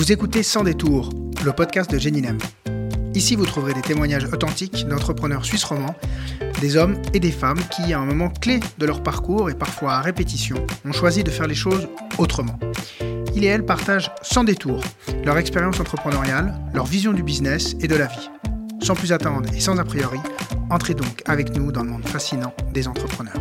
Vous écoutez Sans détour, le podcast de Geninem. Ici, vous trouverez des témoignages authentiques d'entrepreneurs suisses romans, des hommes et des femmes qui, à un moment clé de leur parcours et parfois à répétition, ont choisi de faire les choses autrement. Ils et elles partagent sans détour leur expérience entrepreneuriale, leur vision du business et de la vie. Sans plus attendre et sans a priori, entrez donc avec nous dans le monde fascinant des entrepreneurs.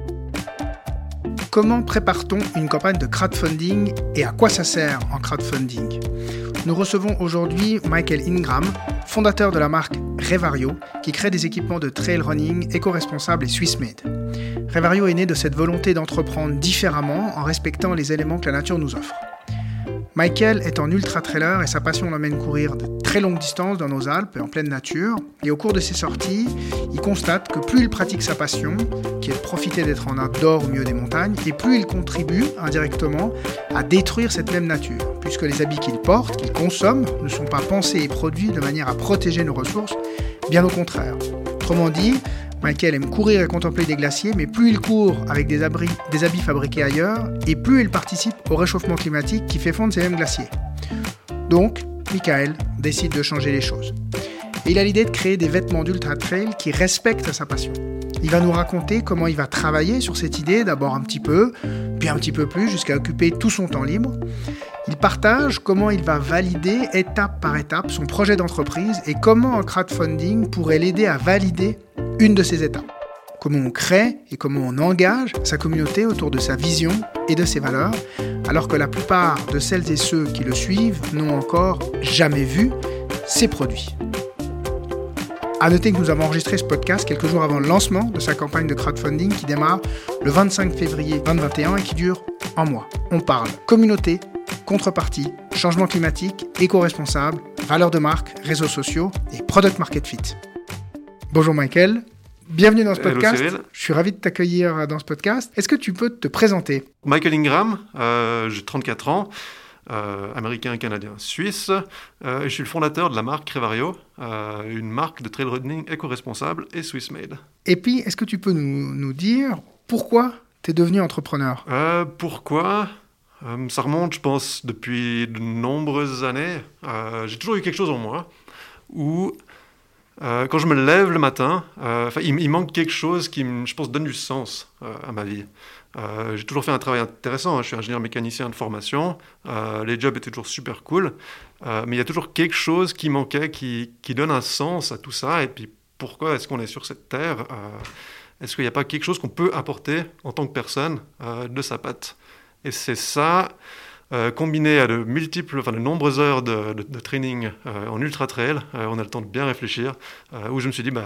Comment prépare-t-on une campagne de crowdfunding et à quoi ça sert en crowdfunding ? Nous recevons aujourd'hui Michael Ingram, fondateur de la marque Revario, qui crée des équipements de trail running éco-responsables et Swiss-made. Revario est né de cette volonté d'entreprendre différemment en respectant les éléments que la nature nous offre. Michael est en ultra-trailer et sa passion l'emmène courir de très longues distances dans nos Alpes et en pleine nature. Et au cours de ses sorties, il constate que plus il pratique sa passion, qui est de profiter d'être en outdoor au milieu des montagnes, et plus il contribue indirectement à détruire cette même nature, puisque les habits qu'il porte, qu'il consomme, ne sont pas pensés et produits de manière à protéger nos ressources, bien au contraire. Autrement dit, Michael aime courir et contempler des glaciers, mais plus il court avec des habits fabriqués ailleurs, et plus il participe au réchauffement climatique qui fait fondre ces mêmes glaciers. Donc, Michael décide de changer les choses. Et il a l'idée de créer des vêtements d'ultra-trail qui respectent sa passion. Il va nous raconter comment il va travailler sur cette idée, d'abord un petit peu, puis un petit peu plus, jusqu'à occuper tout son temps libre. Il partage comment il va valider étape par étape son projet d'entreprise et comment un crowdfunding pourrait l'aider à valider une de ces étapes. Comment on crée et comment on engage sa communauté autour de sa vision et de ses valeurs, alors que la plupart de celles et ceux qui le suivent n'ont encore jamais vu ses produits. À noter que nous avons enregistré ce podcast quelques jours avant le lancement de sa campagne de crowdfunding qui démarre le 25 février 2021 et qui dure un mois. On parle communauté, contrepartie, changement climatique, éco-responsable, valeurs de marque, réseaux sociaux et product market fit. Bonjour Michael, bienvenue dans ce podcast. Hello Cyril. Je suis ravi de t'accueillir dans ce podcast. Est-ce que tu peux te présenter ? Michael Ingram, j'ai 34 ans, américain, canadien, suisse, et je suis le fondateur de la marque Revario, une marque de trail running éco-responsable et Swiss-made. Et puis, est-ce que tu peux nous dire pourquoi tu es devenu entrepreneur ? Pourquoi ? Ça remonte, je pense, depuis de nombreuses années. J'ai toujours eu quelque chose en moi où, quand je me lève le matin, il manque quelque chose qui, je pense, donne du sens à ma vie. J'ai toujours fait un travail intéressant, je suis ingénieur mécanicien de formation, les jobs étaient toujours super cool, mais il y a toujours quelque chose qui manquait, qui donne un sens à tout ça, et puis pourquoi est-ce qu'on est sur cette terre ? Est-ce qu'il n'y a pas quelque chose qu'on peut apporter en tant que personne de sa patte ? Et c'est ça, combiné à de nombreuses heures de training en ultra-trail, on a le temps de bien réfléchir, où je me suis dit,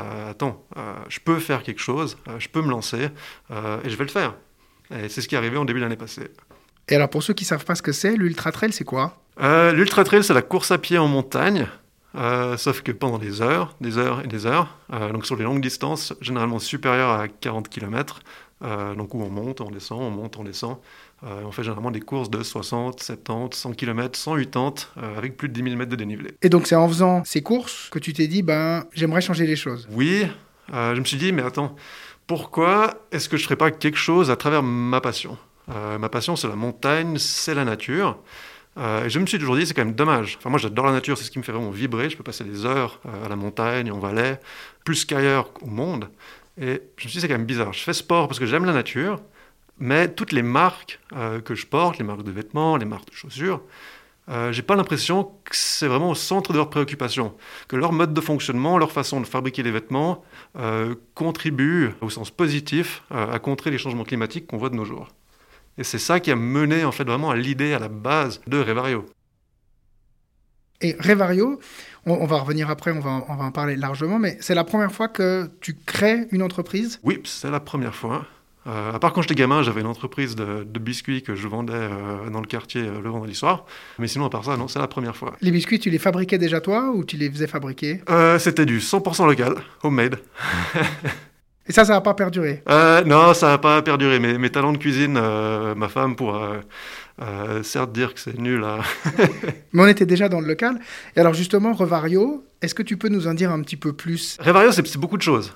je peux faire quelque chose, je peux me lancer, et je vais le faire. Et c'est ce qui est arrivé en début de l'année passée. Et alors, pour ceux qui ne savent pas ce que c'est, l'ultra-trail, c'est quoi ? L'ultra-trail, c'est la course à pied en montagne, sauf que pendant des heures et des heures, donc sur les longues distances, généralement supérieures à 40 km, donc où on monte, on descend. On fait généralement des courses de 60, 70, 100 km, 180, avec plus de 10 000 mètres de dénivelé. Et donc, c'est en faisant ces courses que tu t'es dit, j'aimerais changer les choses. Oui, je me suis dit, mais attends, pourquoi est-ce que je ne ferais pas quelque chose à travers ma passion ? Ma passion, c'est la montagne, c'est la nature. Et je me suis toujours dit, c'est quand même dommage. Enfin, moi, j'adore la nature, c'est ce qui me fait vraiment vibrer. Je peux passer des heures à la montagne, en Valais, plus qu'ailleurs au monde. Et je me suis dit, c'est quand même bizarre. Je fais sport parce que j'aime la nature, mais toutes les marques que je porte, les marques de vêtements, les marques de chaussures, j'ai pas l'impression que c'est vraiment au centre de leurs préoccupations, que leur mode de fonctionnement, leur façon de fabriquer les vêtements contribue au sens positif à contrer les changements climatiques qu'on voit de nos jours. Et c'est ça qui a mené en fait vraiment à l'idée à la base de Revario. Et Revario, on va revenir après, on va en parler largement, mais c'est la première fois que tu crées une entreprise ? Oui, c'est la première fois. À part quand j'étais gamin, j'avais une entreprise de biscuits que je vendais dans le quartier le vendredi soir. Mais sinon, à part ça, non, c'est la première fois. Les biscuits, tu les fabriquais déjà toi ou tu les faisais fabriquer ? C'était du 100% local, homemade. Et ça n'a pas perduré ? Non, ça n'a pas perduré. Mes talents de cuisine, ma femme pourra certes dire que c'est nul. Mais on était déjà dans le local. Et alors justement, Revario, est-ce que tu peux nous en dire un petit peu plus ? Revario, c'est beaucoup de choses.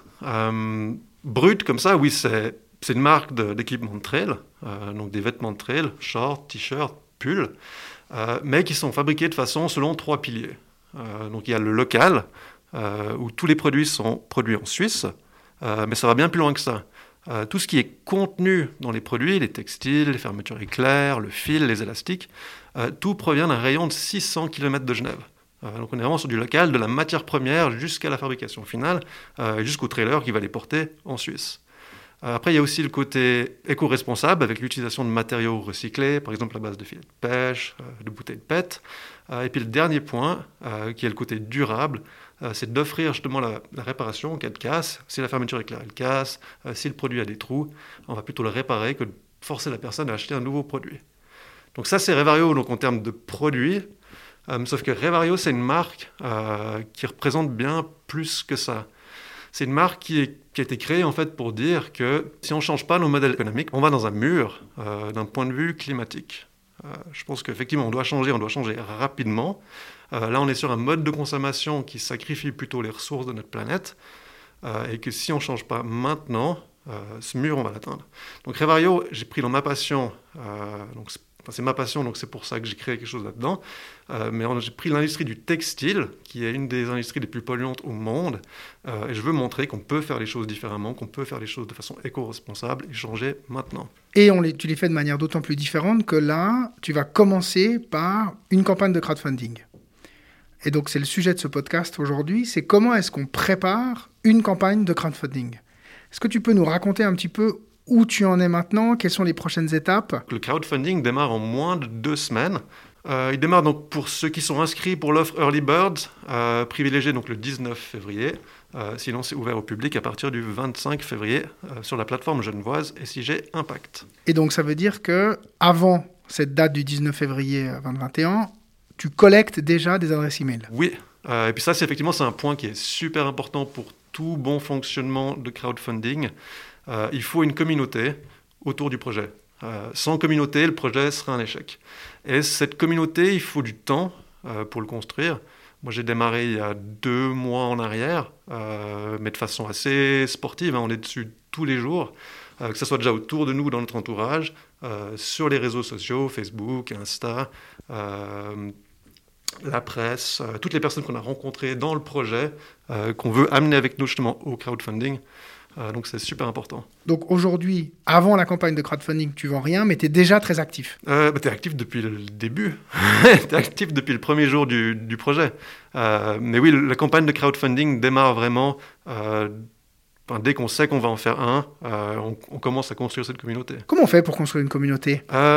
Brut comme ça, oui, c'est une marque d'équipement de trail, donc des vêtements de trail, shorts, t-shirts, pulls, mais qui sont fabriqués de façon selon 3 piliers. Donc il y a le local, où tous les produits sont produits en Suisse, mais ça va bien plus loin que ça. Tout ce qui est contenu dans les produits, les textiles, les fermetures éclairs, le fil, les élastiques, tout provient d'un rayon de 600 km de Genève. Donc on est vraiment sur du local, de la matière première jusqu'à la fabrication finale, jusqu'au trailer qui va les porter en Suisse. Après, il y a aussi le côté éco-responsable avec l'utilisation de matériaux recyclés, par exemple à base de filets de pêche, de bouteilles de PET. Et puis le dernier point, qui est le côté durable, c'est d'offrir justement la réparation en cas de casse. Si la fermeture éclair elle casse, si le produit a des trous, on va plutôt le réparer que de forcer la personne à acheter un nouveau produit. Donc ça, c'est Revario donc en termes de produits. Sauf que Revario, c'est une marque qui représente bien plus que ça. C'est une marque qui a été créée en fait pour dire que si on ne change pas nos modèles économiques, on va dans un mur d'un point de vue climatique. Je pense qu'effectivement, on doit changer rapidement. Là, on est sur un mode de consommation qui sacrifie plutôt les ressources de notre planète et que si on ne change pas maintenant, ce mur, on va l'atteindre. Donc Revario, j'ai pris dans ma passion, c'est ma passion, donc c'est pour ça que j'ai créé quelque chose là-dedans. Mais j'ai pris l'industrie du textile, qui est une des industries les plus polluantes au monde, et je veux montrer qu'on peut faire les choses différemment, qu'on peut faire les choses de façon éco-responsable et changer maintenant. Et tu les fais de manière d'autant plus différente que là, tu vas commencer par une campagne de crowdfunding. Et donc, c'est le sujet de ce podcast aujourd'hui, c'est comment est-ce qu'on prépare une campagne de crowdfunding. Est-ce que tu peux nous raconter un petit peu où tu en es maintenant, quelles sont les prochaines étapes? Le crowdfunding démarre en moins de 2 semaines. Il démarre donc pour ceux qui sont inscrits pour l'offre Early Birds, privilégié donc le 19 février. Sinon, c'est ouvert au public à partir du 25 février sur la plateforme genevoise SIG Impact. Et donc, ça veut dire que avant cette date du 19 février 2021, tu collectes déjà des adresses e-mail. Oui, et puis ça, c'est un point qui est super important pour tout bon fonctionnement de crowdfunding. Il faut une communauté autour du projet. Sans communauté, le projet sera un échec. Et cette communauté, il faut du temps pour le construire. Moi, j'ai démarré il y a 2 mois en arrière, mais de façon assez sportive. On est dessus tous les jours, que ce soit déjà autour de nous, dans notre entourage, sur les réseaux sociaux, Facebook, Insta, la presse, toutes les personnes qu'on a rencontrées dans le projet, qu'on veut amener avec nous justement au crowdfunding. Donc c'est super important. Donc aujourd'hui, avant la campagne de crowdfunding, tu vends rien, mais tu es déjà très actif. Tu es actif depuis le début. Tu es actif depuis le premier jour du projet. Mais oui, la campagne de crowdfunding démarre vraiment dès qu'on sait qu'on va en faire un. On commence à construire cette communauté. Comment on fait pour construire une communauté?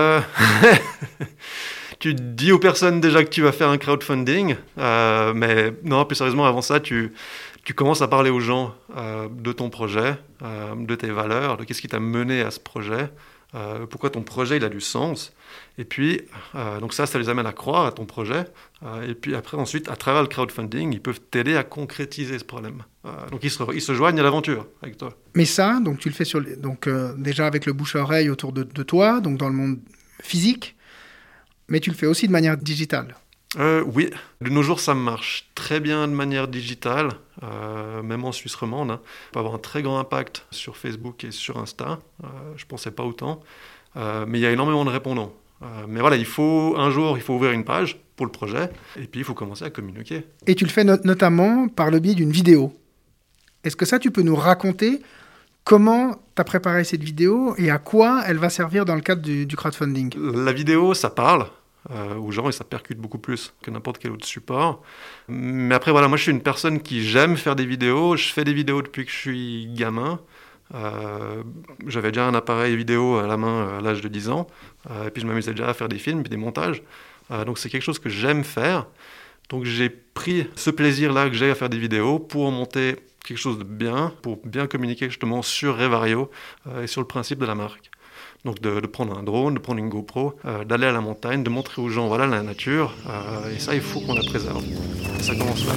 Tu dis aux personnes déjà que tu vas faire un crowdfunding, mais non, plus sérieusement, avant ça, tu commences à parler aux gens de ton projet, de tes valeurs, de qu'est-ce qui t'a mené à ce projet, pourquoi ton projet il a du sens. Et puis, donc ça les amène à croire à ton projet. Et puis après, ensuite, à travers le crowdfunding, ils peuvent t'aider à concrétiser ce problème. Donc ils se joignent à l'aventure avec toi. Mais ça, donc tu le fais déjà avec le bouche-à-oreille autour de toi, donc dans le monde physique, mais tu le fais aussi de manière digitale. Oui, de nos jours ça marche très bien de manière digitale, même en Suisse romande. On peut avoir un très grand impact sur Facebook et sur Insta, je ne pensais pas autant, mais il y a énormément de répondants. Mais voilà, il faut ouvrir une page pour le projet, et puis il faut commencer à communiquer. Et tu le fais notamment par le biais d'une vidéo. Est-ce que ça, tu peux nous raconter comment tu as préparé cette vidéo et à quoi elle va servir dans le cadre du crowdfunding? La vidéo, ça parle aux gens et ça percute beaucoup plus que n'importe quel autre support. Mais après, voilà, moi je suis une personne qui j'aime faire des vidéos. Je fais des vidéos depuis que je suis gamin. J'avais déjà un appareil vidéo à la main à l'âge de 10 ans. Et puis je m'amusais déjà à faire des films et des montages. Donc c'est quelque chose que j'aime faire. Donc j'ai pris ce plaisir-là que j'ai à faire des vidéos pour monter quelque chose de bien, pour bien communiquer justement sur Revario et sur le principe de la marque. Donc de prendre un drone, de prendre une GoPro, d'aller à la montagne, de montrer aux gens voilà la nature, et ça il faut qu'on la préserve. Et ça commence là.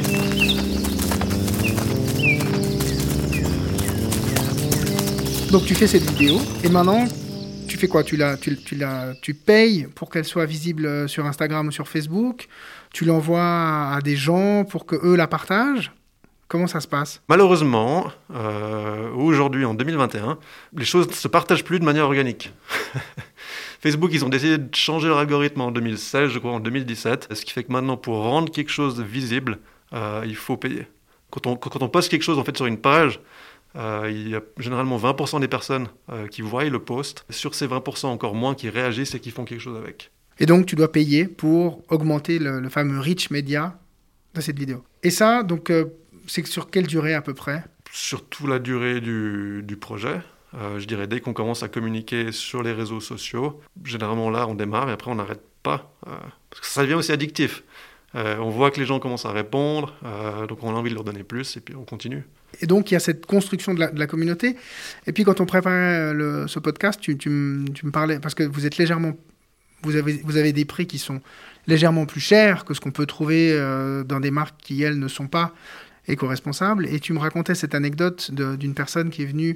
Donc tu fais cette vidéo, et maintenant tu fais quoi? Tu payes pour qu'elle soit visible sur Instagram ou sur Facebook? Tu l'envoies à des gens pour qu'eux la partagent? Comment ça se passe? Malheureusement, aujourd'hui, en 2021, les choses ne se partagent plus de manière organique. Facebook, ils ont décidé de changer leur algorithme en 2016, je crois en 2017, ce qui fait que maintenant, pour rendre quelque chose visible, il faut payer. Quand on poste quelque chose en fait sur une page, il y a généralement 20% des personnes qui voient le post. Sur ces 20%, encore moins qui réagissent et qui font quelque chose avec. Et donc, tu dois payer pour augmenter le fameux reach média de cette vidéo. Et ça, donc, c'est sur quelle durée à peu près ? Sur toute la durée du projet. Je dirais dès qu'on commence à communiquer sur les réseaux sociaux, généralement là, on démarre et après, on n'arrête pas. Parce que ça devient aussi addictif. On voit que les gens commencent à répondre, donc on a envie de leur donner plus et puis on continue. Et donc, il y a cette construction de la communauté. Et puis, quand on préparait ce podcast, tu me parlais, parce que vous êtes légèrement... Vous avez des prix qui sont légèrement plus chers que ce qu'on peut trouver dans des marques qui, elles, ne sont pas éco-responsables. Et tu me racontais cette anecdote d'une personne qui est venue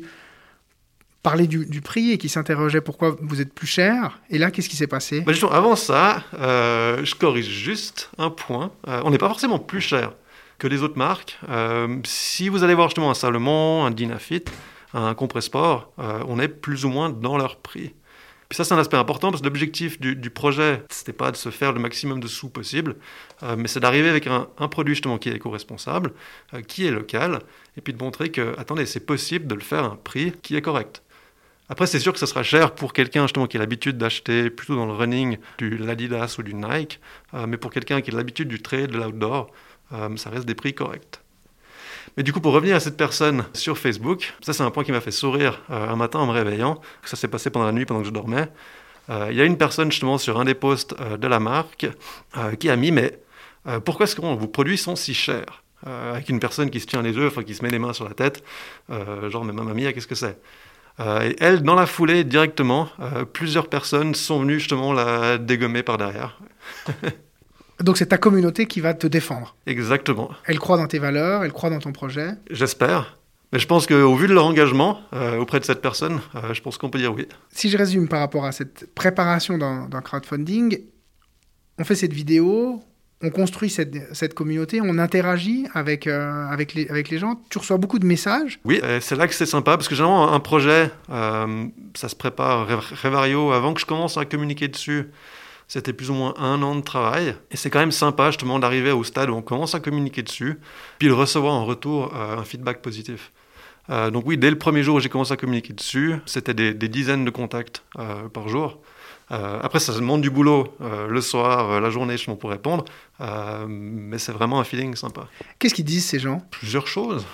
parler du prix et qui s'interrogeait pourquoi vous êtes plus cher. Et là, qu'est-ce qui s'est passé ? Justement, avant ça, je corrige juste un point. On n'est pas forcément plus cher que les autres marques. Si vous allez voir justement un Salomon, un Dynafit, un Compressport, on est plus ou moins dans leur prix. Puis ça, c'est un aspect important parce que l'objectif du projet, c'était pas de se faire le maximum de sous possible, mais c'est d'arriver avec un produit justement qui est éco-responsable, qui est local, et puis de montrer que, attendez, c'est possible de le faire à un prix qui est correct. Après, c'est sûr que ça sera cher pour quelqu'un justement qui a l'habitude d'acheter plutôt dans le running de l'Adidas ou du Nike, mais pour quelqu'un qui a l'habitude du trail, de l'outdoor, ça reste des prix corrects. Mais du coup, pour revenir à cette personne sur Facebook, ça c'est un point qui m'a fait sourire un matin en me réveillant. Ça s'est passé pendant la nuit, pendant que je dormais. Il y a une personne justement sur un des posts de la marque qui a mis « Mais pourquoi est-ce que vos produits sont si chers ?» Avec une personne qui se tient les yeux, enfin qui se met les mains sur la tête, genre « Mais mamma mia, qu'est-ce que c'est ?» Et elle, dans la foulée, directement, plusieurs personnes sont venues justement la dégommer par derrière. Donc c'est ta communauté qui va te défendre. Exactement. Elle croit dans tes valeurs, elle croit dans ton projet. J'espère. Mais je pense qu'au vu de leur engagement auprès de cette personne, je pense qu'on peut dire oui. Si je résume par rapport à cette préparation d'un crowdfunding, on fait cette vidéo, on construit cette communauté, on interagit avec les gens. Tu reçois beaucoup de messages. Oui, c'est là que c'est sympa, parce que généralement, un projet, ça se prépare. Revario, avant que je commence à communiquer dessus, c'était plus ou moins 1 an de travail. Et c'est quand même sympa, justement, d'arriver au stade où on commence à communiquer dessus, puis de recevoir en retour un feedback positif. Donc oui, dès le premier jour où j'ai commencé à communiquer dessus, c'était des dizaines de contacts par jour. Après, ça demande du boulot le soir, la journée, justement, pour répondre. Mais c'est vraiment un feeling sympa. Qu'est-ce qu'ils disent, ces gens ? Plusieurs choses.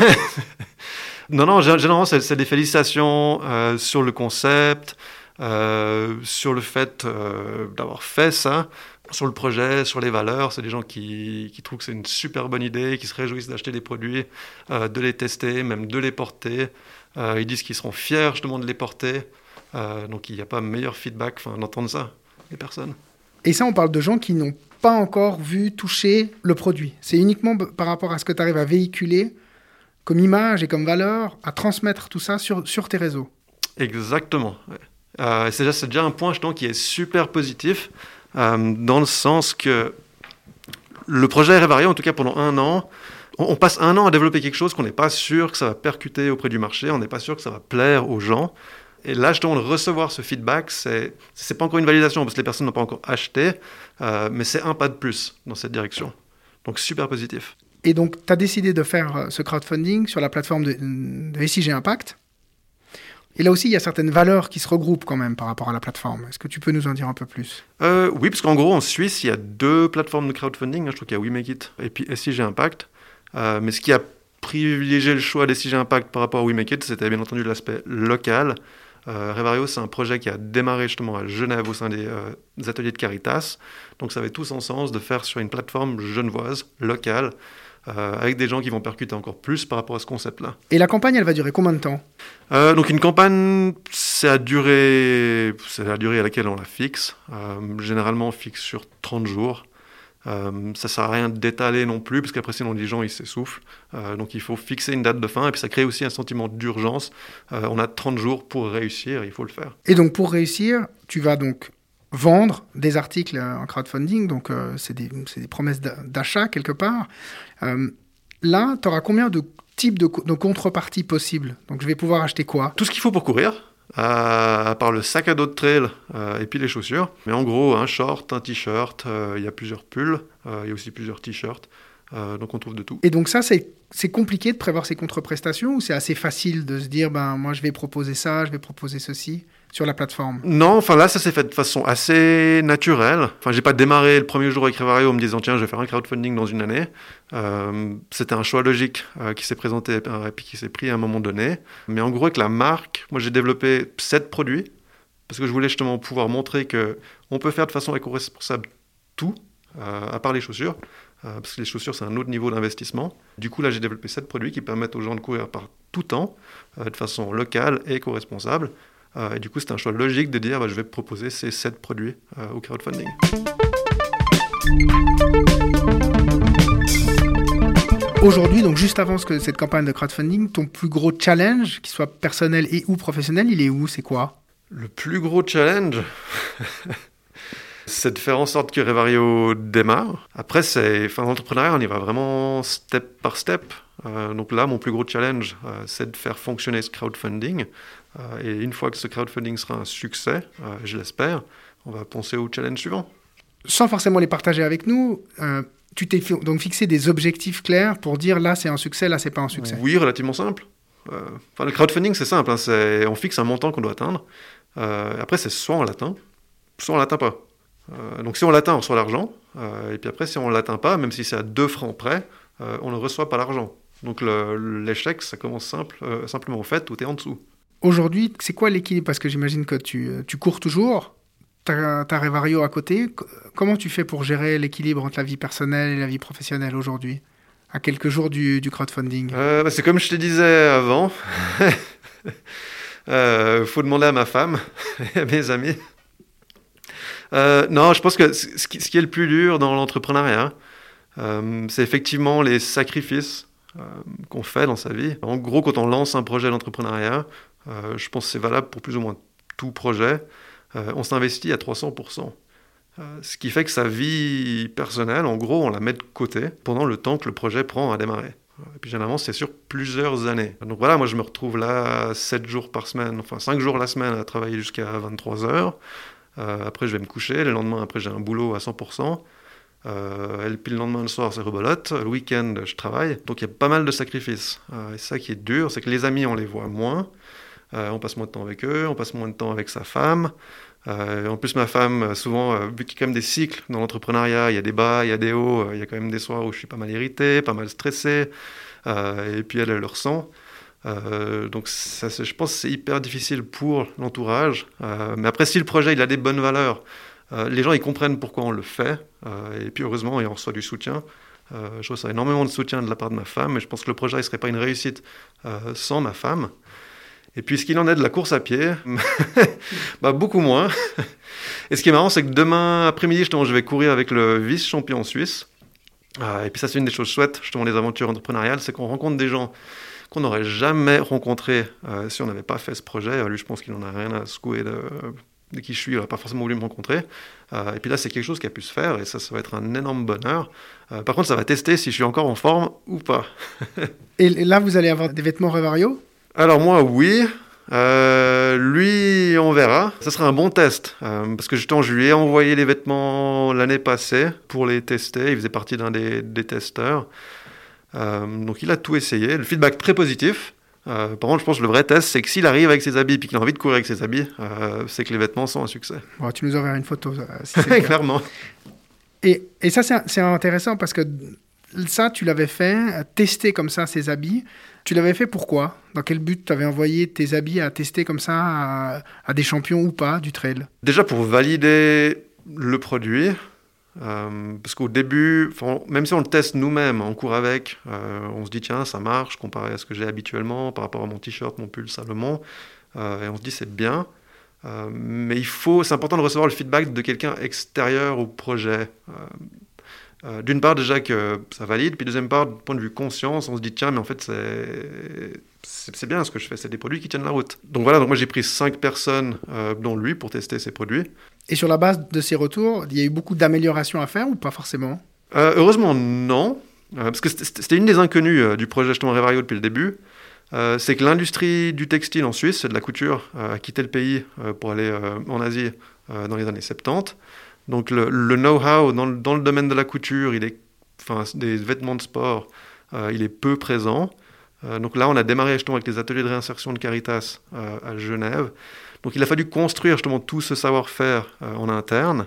Non, généralement, c'est des félicitations sur le concept, sur le fait d'avoir fait ça, sur le projet, sur les valeurs. C'est des gens qui trouvent que c'est une super bonne idée, qui se réjouissent d'acheter des produits, de les tester, même de les porter. Ils disent qu'ils seront fiers justement de les porter. Donc il n'y a pas meilleur feedback d'entendre ça, les personnes. Et ça, on parle de gens qui n'ont pas encore vu toucher le produit. C'est uniquement par rapport à ce que tu arrives à véhiculer comme image et comme valeur, à transmettre tout ça sur tes réseaux. Exactement. Ouais. C'est déjà un point justement qui est super positif, dans le sens que le projet Revario, en tout cas pendant 1 an, on passe 1 an à développer quelque chose qu'on n'est pas sûr que ça va percuter auprès du marché, on n'est pas sûr que ça va plaire aux gens. Et là, justement, de recevoir ce feedback, c'est pas encore une validation parce que les personnes n'ont pas encore acheté, mais c'est un pas de plus dans cette direction. Donc super positif. Et donc, tu as décidé de faire ce crowdfunding sur la plateforme de SIG Impact. Et là aussi, il y a certaines valeurs qui se regroupent quand même par rapport à la plateforme. Est-ce que tu peux nous en dire un peu plus ? Oui, parce qu'en gros, en Suisse, il y a 2 plateformes de crowdfunding. Je crois qu'il y a We Make It et puis SIG Impact. Mais ce qui a privilégié le choix d'SIG Impact par rapport à We Make It, c'était bien entendu l'aspect local. Revario, c'est un projet qui a démarré justement à Genève au sein des ateliers de Caritas. Donc ça avait tout son sens de faire sur une plateforme genevoise, locale, avec des gens qui vont percuter encore plus par rapport à ce concept-là. Et la campagne, elle va durer combien de temps ? Donc une campagne, c'est la durée à laquelle on la fixe. Généralement, on fixe sur 30 jours. Ça ne sert à rien d'étaler non plus, parce qu'après sinon les gens ils s'essoufflent. Donc il faut fixer une date de fin, et puis ça crée aussi un sentiment d'urgence. On a 30 jours pour réussir, il faut le faire. Et donc pour réussir, tu vas donc vendre des articles en crowdfunding, donc c'est des promesses d'achat quelque part. Là, tu auras combien de types de contreparties possibles ? Donc je vais pouvoir acheter quoi ? Tout ce qu'il faut pour courir. à part le sac à dos de trail et puis les chaussures. Mais en gros, un short, un t-shirt, il y a plusieurs pulls, il y a aussi plusieurs t-shirts. Donc on trouve de tout. Et donc ça, c'est compliqué de prévoir ces contre-prestations ou c'est assez facile de se dire, moi je vais proposer ça, je vais proposer ceci sur la plateforme? Non, enfin là, ça s'est fait de façon assez naturelle. Enfin, j'ai pas démarré le premier jour avec Revario en me disant, tiens, je vais faire un crowdfunding dans une année. C'était un choix logique qui s'est présenté et puis qui s'est pris à un moment donné. Mais en gros, avec la marque, moi j'ai développé 7 produits parce que je voulais justement pouvoir montrer qu'on peut faire de façon éco-responsable tout, à part les chaussures. Parce que les chaussures, c'est un autre niveau d'investissement. Du coup, là, j'ai développé 7 produits qui permettent aux gens de courir par tout temps, de façon locale et éco-responsable. Et du coup, c'est un choix logique de dire je vais proposer ces 7 produits au crowdfunding. Aujourd'hui, donc juste avant cette campagne de crowdfunding, ton plus gros challenge, qu'il soit personnel et ou professionnel, il est où? C'est quoi? Le plus gros challenge c'est de faire en sorte que Revario démarre. Après, l'entrepreneuriat, on y va vraiment step par step. Donc là, mon plus gros challenge, c'est de faire fonctionner ce crowdfunding. Et une fois que ce crowdfunding sera un succès, je l'espère, on va penser au challenge suivant. Sans forcément les partager avec nous, tu t'es donc fixé des objectifs clairs pour dire là c'est un succès, là c'est pas un succès? Oui, relativement simple. Le crowdfunding, c'est simple. On fixe un montant qu'on doit atteindre. Après, c'est soit on l'atteint, soit on l'atteint pas. Donc si on l'atteint, on reçoit l'argent. Et puis après, si on ne l'atteint pas, même si c'est à 2 francs près, on ne reçoit pas l'argent. Donc l'échec, ça commence simplement au fait où tu es en dessous. Aujourd'hui, c'est quoi l'équilibre? Parce que j'imagine que tu cours toujours, tu as Revario à côté. Comment tu fais pour gérer l'équilibre entre la vie personnelle et la vie professionnelle aujourd'hui, à quelques jours du crowdfunding? C'est comme je te disais avant. Faut demander à ma femme et à mes amis. Non, je pense que ce qui est le plus dur dans l'entrepreneuriat, c'est effectivement les sacrifices qu'on fait dans sa vie. En gros, quand on lance un projet d'entrepreneuriat, je pense que c'est valable pour plus ou moins tout projet, on s'investit à 300%. Ce qui fait que sa vie personnelle, en gros, on la met de côté pendant le temps que le projet prend à démarrer. Et puis généralement, c'est sur plusieurs années. Donc voilà, moi je me retrouve là 7 jours par semaine, enfin 5 jours la semaine à travailler jusqu'à 23 heures. Après, je vais me coucher. Le lendemain, après, j'ai un boulot à 100%. Et puis le lendemain, le soir, c'est rebelote. Le week-end, je travaille. Donc, il y a pas mal de sacrifices. Et ça qui est dur, c'est que les amis, on les voit moins. On passe moins de temps avec eux. On passe moins de temps avec sa femme. En plus, ma femme, souvent, vu qu'il y a quand même des cycles dans l'entrepreneuriat, il y a des bas, il y a des hauts. Il y a quand même des soirs où je suis pas mal irrité, pas mal stressé. Et puis, elle le ressent. Donc ça, je pense que c'est hyper difficile pour l'entourage. Mais après, si le projet il a des bonnes valeurs, les gens ils comprennent pourquoi on le fait. Et puis heureusement, on reçoit du soutien. Je reçois énormément de soutien de la part de ma femme. Et je pense que le projet ne serait pas une réussite sans ma femme. Et puis ce qu'il en est de la course à pied, beaucoup moins. Et ce qui est marrant, c'est que demain après-midi, justement, je vais courir avec le vice-champion suisse. Et puis ça, c'est une des choses chouettes, justement, des aventures entrepreneuriales, c'est qu'on rencontre des gens qu'on n'aurait jamais rencontré si on n'avait pas fait ce projet. Lui, je pense qu'il n'en a rien à secouer de qui je suis, il n'a pas forcément voulu me rencontrer. Et puis là, c'est quelque chose qui a pu se faire, et ça va être un énorme bonheur. Par contre, ça va tester si je suis encore en forme ou pas. Et là, vous allez avoir des vêtements Revario? Alors moi, oui. Lui, on verra. Ça sera un bon test, parce que justement, je lui ai envoyé les vêtements l'année passée pour les tester. Il faisait partie d'un des testeurs. Donc il a tout essayé, le feedback très positif. Par contre, je pense que le vrai test, c'est que s'il arrive avec ses habits et qu'il a envie de courir avec ses habits, c'est que les vêtements sont un succès. Bon, tu nous enverras une photo. Si c'est clairement. Et ça, c'est intéressant parce que ça, tu l'avais fait, tester comme ça ses habits. Tu l'avais fait pourquoi? Dans quel but tu avais envoyé tes habits à tester comme ça à des champions ou pas du trail? Déjà pour valider le produit. Parce qu'au début, même si on le teste nous-mêmes, on court avec, on se dit tiens ça marche comparé à ce que j'ai habituellement par rapport à mon t-shirt, mon pull Salomon, et on se dit c'est bien, mais c'est important de recevoir le feedback de quelqu'un extérieur au projet. D'une part déjà que ça valide, puis deuxième part, du point de vue conscience, on se dit tiens mais en fait c'est bien ce que je fais, c'est des produits qui tiennent la route. Donc voilà, donc moi j'ai pris 5 personnes dont lui pour tester ces produits. Et sur la base de ces retours, il y a eu beaucoup d'améliorations à faire ou pas forcément? Heureusement non, parce que c'était une des inconnues du projet justement Revario depuis le début. c'est que l'industrie du textile en Suisse, et de la couture, a quitté le pays pour aller en Asie dans les années 70. Donc le know-how dans le domaine de la couture, des vêtements de sport, il est peu présent. Donc là, on a démarré justement avec les ateliers de réinsertion de Caritas à Genève. Donc il a fallu construire justement tout ce savoir-faire en interne,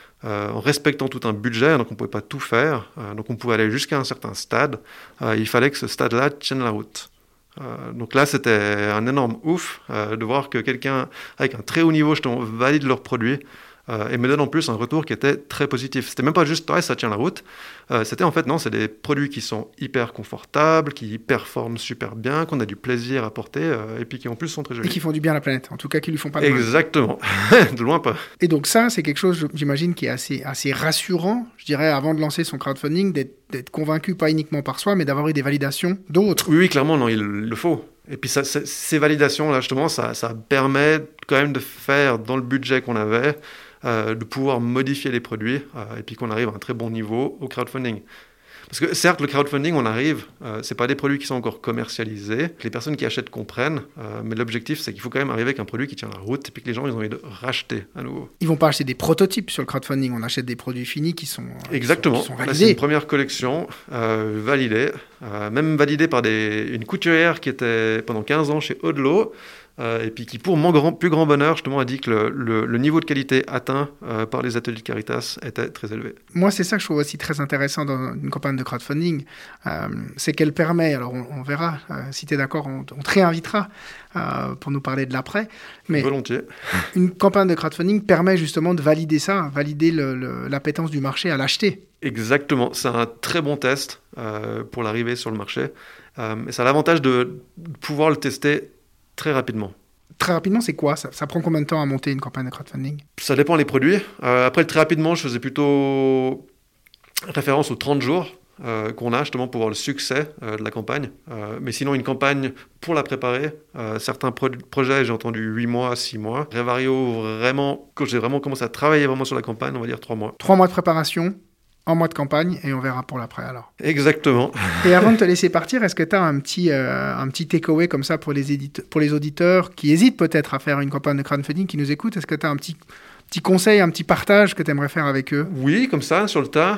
en respectant tout un budget, donc on ne pouvait pas tout faire, donc on pouvait aller jusqu'à un certain stade. Il fallait que ce stade-là tienne la route. Donc là, c'était un énorme ouf de voir que quelqu'un avec un très haut niveau justement valide leurs produits et me donne en plus un retour qui était très positif. C'était même pas juste ouais, ça tient la route, c'était en fait non, c'est des produits qui sont hyper confortables, qui performent super bien, qu'on a du plaisir à porter et puis qui en plus sont très jolis. Et qui font du bien à la planète, en tout cas qui lui font pas de mal. Exactement, de loin pas. Et donc ça, c'est quelque chose, j'imagine, qui est assez rassurant, je dirais, avant de lancer son crowdfunding, d'être convaincu pas uniquement par soi, mais d'avoir eu des validations d'autres. Oui, clairement, non, il le faut. Et puis ces validations, là, justement, ça permet quand même de faire dans le budget qu'on avait, de pouvoir modifier les produits et puis qu'on arrive à un très bon niveau au crowdfunding. Parce que certes, le crowdfunding, on arrive, c'est pas des produits qui sont encore commercialisés, que les personnes qui achètent comprennent, mais l'objectif, c'est qu'il faut quand même arriver avec un produit qui tient la route et puis que les gens ils ont envie de racheter à nouveau. Ils vont pas acheter des prototypes sur le crowdfunding, on achète des produits finis qui sont exactement. Qui sont validés. Là, c'est une première collection validée, même validée par une couturière qui était pendant 15 ans chez Odlo. Et puis qui, pour mon plus grand bonheur, justement, a dit que le niveau de qualité atteint par les ateliers de Caritas était très élevé. Moi, c'est ça que je trouve aussi très intéressant dans une campagne de crowdfunding, c'est qu'elle permet, alors on verra, si tu es d'accord, on te réinvitera pour nous parler de l'après, mais volontiers. Une campagne de crowdfunding permet justement de valider ça, valider l'appétence du marché à l'acheter. Exactement, c'est un très bon test pour l'arrivée sur le marché, et ça a l'avantage de pouvoir le tester très rapidement. Très rapidement, c'est quoi ça prend combien de temps à monter une campagne de crowdfunding? Ça dépend des produits. Après, très rapidement, je faisais plutôt référence aux 30 jours qu'on a justement pour voir le succès de la campagne. Mais sinon, une campagne, pour la préparer, certains projets, j'ai entendu 8 mois, 6 mois. Revario, vraiment, quand j'ai vraiment commencé à travailler vraiment sur la campagne, on va dire 3 mois. 3 mois de préparation, un mois de campagne, et on verra pour l'après alors. Exactement. Et avant de te laisser partir, est-ce que tu as un petit takeaway comme ça pour les auditeurs qui hésitent peut-être à faire une campagne de crowdfunding, qui nous écoutent? Est-ce que tu as un petit conseil, un petit partage que tu aimerais faire avec eux? Oui, comme ça, sur le tas.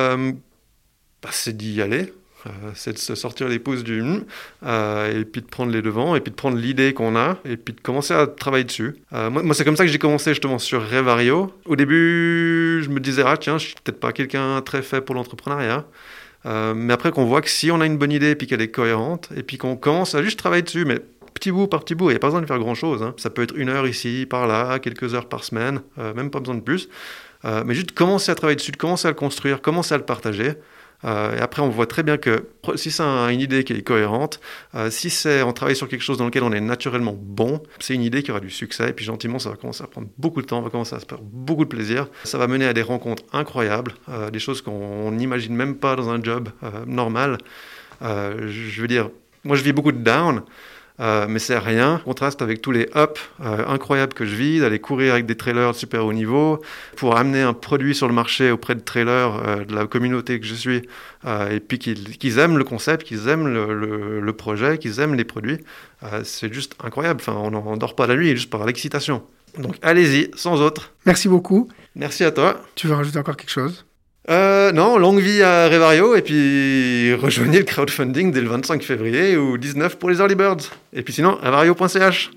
C'est d'y aller. C'est de se sortir les pouces et puis de prendre les devants, et puis de prendre l'idée qu'on a, et puis de commencer à travailler dessus. Moi, c'est comme ça que j'ai commencé justement sur Revario. Au début, je me disais, tiens, je suis peut-être pas quelqu'un très fait pour l'entrepreneuriat. Mais après qu'on voit que si on a une bonne idée, et puis qu'elle est cohérente, et puis qu'on commence à juste travailler dessus, mais petit bout par petit bout, il n'y a pas besoin de faire grand-chose. Ça peut être 1 heure ici, par là, quelques heures par semaine, même pas besoin de plus. Mais juste commencer à travailler dessus, commencer à le construire, commencer à le partager. Et après, on voit très bien que si c'est une idée qui est cohérente, si on travaille sur quelque chose dans lequel on est naturellement bon, c'est une idée qui aura du succès. Et puis gentiment, ça va commencer à prendre beaucoup de temps, on va commencer à se faire beaucoup de plaisir. Ça va mener à des rencontres incroyables, des choses qu'on n'imagine même pas dans un job normal. Je veux dire, moi je vis beaucoup de down. Mais c'est rien, en contraste avec tous les ups incroyables que je vis, d'aller courir avec des trailers de super haut niveau, pour amener un produit sur le marché auprès de trailers de la communauté que je suis, et puis qu'ils aiment le concept, qu'ils aiment le projet, qu'ils aiment les produits. C'est juste incroyable, on n'en dort pas la nuit juste par l'excitation. Donc allez-y, sans autre. Merci beaucoup. Merci à toi. Tu veux rajouter encore quelque chose? Non, longue vie à Revario, et puis rejoignez le crowdfunding dès le 25 février ou 19 pour les early birds. Et puis sinon, revario.ch.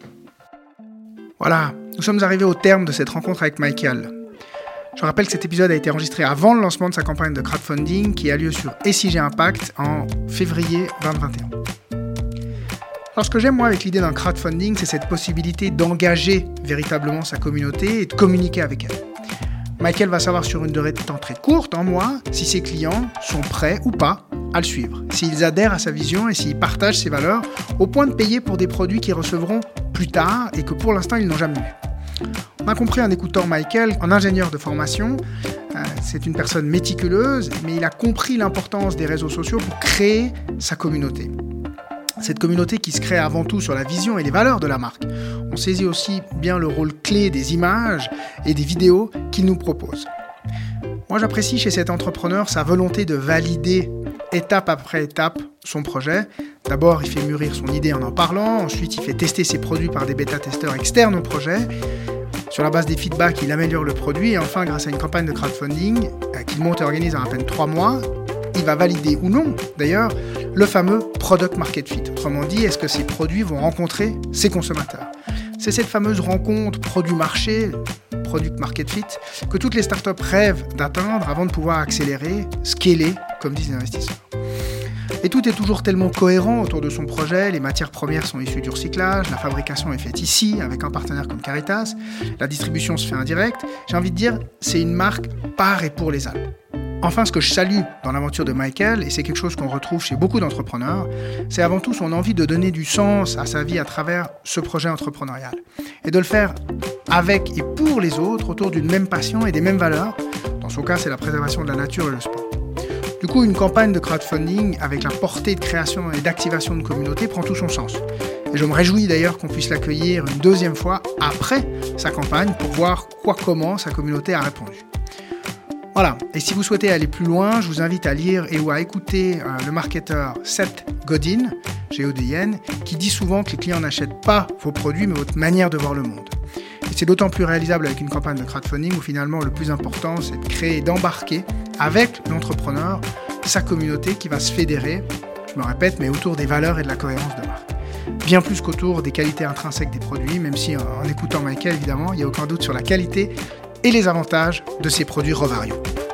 Voilà, nous sommes arrivés au terme de cette rencontre avec Michael. Je rappelle que cet épisode a été enregistré avant le lancement de sa campagne de crowdfunding qui a lieu sur SIG Impact en février 2021. Alors ce que j'aime moi avec l'idée d'un crowdfunding, c'est cette possibilité d'engager véritablement sa communauté et de communiquer avec elle. Michael va savoir sur une durée de temps très courte, en mois, si ses clients sont prêts ou pas à le suivre, s'ils adhèrent à sa vision et s'ils partagent ses valeurs, au point de payer pour des produits qu'ils recevront plus tard et que pour l'instant ils n'ont jamais eu. On a compris en écoutant Michael, en ingénieur de formation, c'est une personne méticuleuse, mais il a compris l'importance des réseaux sociaux pour créer sa communauté. Cette communauté qui se crée avant tout sur la vision et les valeurs de la marque. On saisit aussi bien le rôle clé des images et des vidéos qu'il nous propose. Moi, j'apprécie chez cet entrepreneur sa volonté de valider étape après étape son projet, D'abord, il fait mûrir son idée en parlant, ensuite il fait tester ses produits par des bêta-testeurs externes au projet. Sur la base des feedbacks, il améliore le produit et enfin, grâce à une campagne de crowdfunding qu'il monte et organise en à peine 3 mois, il va valider ou non, d'ailleurs, le fameux Product Market Fit. Autrement dit, est-ce que ces produits vont rencontrer ses consommateurs ? C'est cette fameuse rencontre produit-marché, Product Market Fit, que toutes les startups rêvent d'atteindre avant de pouvoir accélérer, scaler, comme disent les investisseurs. Et tout est toujours tellement cohérent autour de son projet, les matières premières sont issues du recyclage, la fabrication est faite ici, avec un partenaire comme Caritas, la distribution se fait en direct. J'ai envie de dire, c'est une marque par et pour les Alpes. Enfin, ce que je salue dans l'aventure de Michael, et c'est quelque chose qu'on retrouve chez beaucoup d'entrepreneurs, c'est avant tout son envie de donner du sens à sa vie à travers ce projet entrepreneurial. Et de le faire avec et pour les autres, autour d'une même passion et des mêmes valeurs. Dans son cas, c'est la préservation de la nature et le sport. Du coup, une campagne de crowdfunding avec la portée de création et d'activation de communauté prend tout son sens. Et je me réjouis d'ailleurs qu'on puisse l'accueillir une deuxième fois après sa campagne pour voir comment sa communauté a répondu. Voilà, et si vous souhaitez aller plus loin, je vous invite à lire et ou à écouter le marketeur Seth Godin, G-O-D-I-N, qui dit souvent que les clients n'achètent pas vos produits, mais votre manière de voir le monde. Et c'est d'autant plus réalisable avec une campagne de crowdfunding où finalement le plus important, c'est de créer et d'embarquer avec l'entrepreneur sa communauté qui va se fédérer, je me répète, mais autour des valeurs et de la cohérence de marque. Bien plus qu'autour des qualités intrinsèques des produits, même si en écoutant Michael, évidemment, il n'y a aucun doute sur la qualité et les avantages de ces produits Revario.